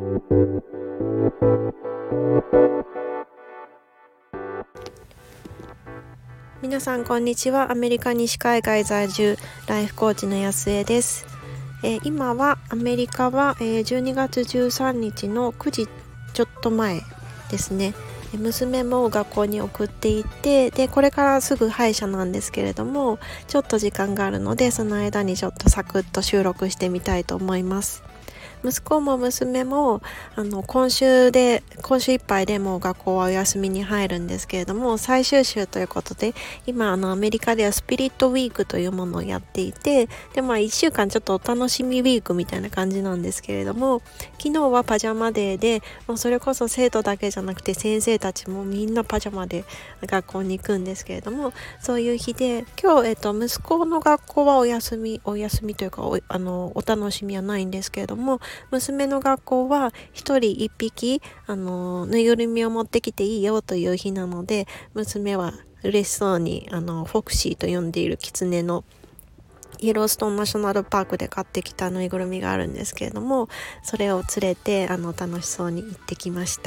皆さんこんにちは。アメリカ西海岸在住ライフコーチの安江です。今はアメリカは、12月13日の9時ちょっと前ですね。娘も学校に送っていて、でこれからすぐ歯医者なんですけれども、ちょっと時間があるのでその間にちょっとサクッと収録してみたいと思います。息子も娘も今週いっぱいでもう学校はお休みに入るんですけれども、最終週ということで今アメリカではスピリットウィークというものをやっていて、で1週間ちょっとお楽しみウィークみたいな感じなんですけれども、昨日はパジャマデーで、もうそれこそ生徒だけじゃなくて先生たちもみんなパジャマで学校に行くんですけれども、そういう日で今日、息子の学校はお休みというかお楽しみはないんですけれども、娘の学校は一人一匹ぬいぐるみを持ってきていいよという日なので、娘は嬉しそうにフォクシーと呼んでいるキツネのイエローストーンナショナルパークで買ってきたぬいぐるみがあるんですけれども、それを連れて楽しそうに行ってきました。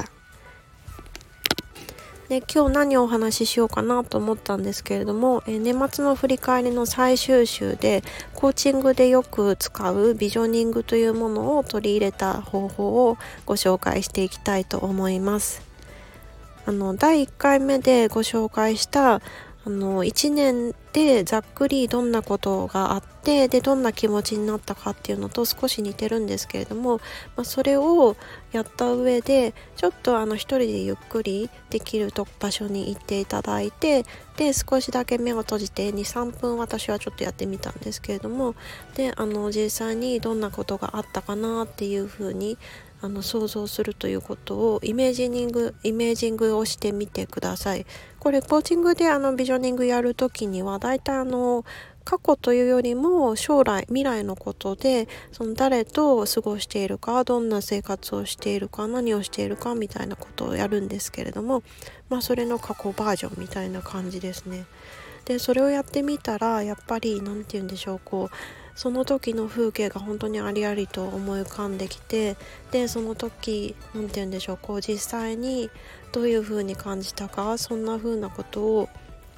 で今日何をお話ししようかなと思ったんですけれども、年末の振り返りの最終週でコーチングでよく使うビジョニングというものを取り入れた方法をご紹介していきたいと思います。第1回目でご紹介した1年でざっくりどんなことがあって、でどんな気持ちになったかっていうのと少し似てるんですけれども、それをやった上でちょっと一人でゆっくりできる場所に行っていただいて、で少しだけ目を閉じて 2,3 分私はちょっとやってみたんですけれども、で実際にどんなことがあったかなっていうふうに想像するということをイメージングをしてみてください。これコーチングでビジョニングやるときにはだいたい過去というよりも未来のことで、その誰と過ごしているか、どんな生活をしているか、何をしているかみたいなことをやるんですけれども、それの過去バージョンみたいな感じですね。でそれをやってみたらやっぱりなんて言うんでしょう、その時の風景が本当にありありと思い浮かんできて、でその時なんて言うんでしょう、実際にどういう風に感じたか、そんな風なことを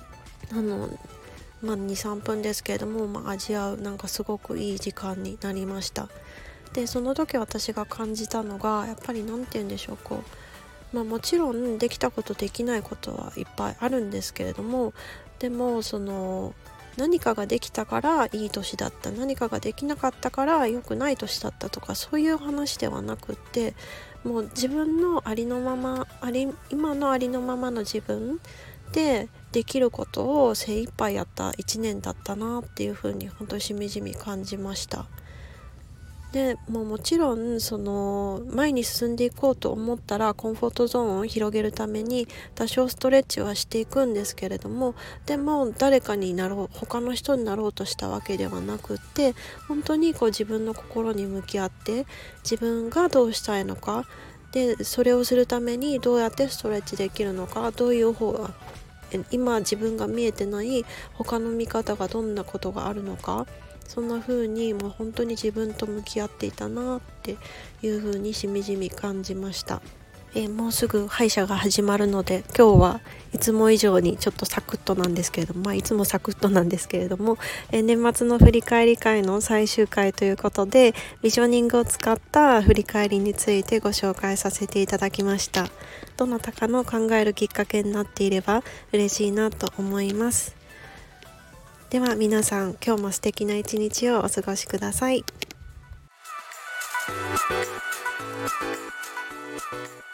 2、3分ですけれども、味わうなんかすごくいい時間になりました。でその時私が感じたのがやっぱりなんて言うんでしょう、もちろんできたことできないことはいっぱいあるんですけれども、でも何かができたからいい年だった、何かができなかったから良くない年だったとか、そういう話ではなくって、もう自分の今のありのままの自分でできることを精一杯やった1年だったなっていうふうに本当にしみじみ感じました。でもちろん前に進んでいこうと思ったらコンフォートゾーンを広げるために多少ストレッチはしていくんですけれども、でも他の人になろうとしたわけではなくって、本当に自分の心に向き合って自分がどうしたいのか、でそれをするためにどうやってストレッチできるのか、どういう方が今自分が見えてない他の見方がどんなことがあるのか、そんな風にもう本当に自分と向き合っていたなっていう風にしみじみ感じました。もうすぐ歯医者が始まるので、今日はいつも以上にちょっとサクッとなんですけれども、いつもサクッとなんですけれども、年末の振り返り会の最終回ということでビジョニングを使った振り返りについてご紹介させていただきました。どなたかの考えるきっかけになっていれば嬉しいなと思います。では皆さん、今日も素敵な一日をお過ごしください。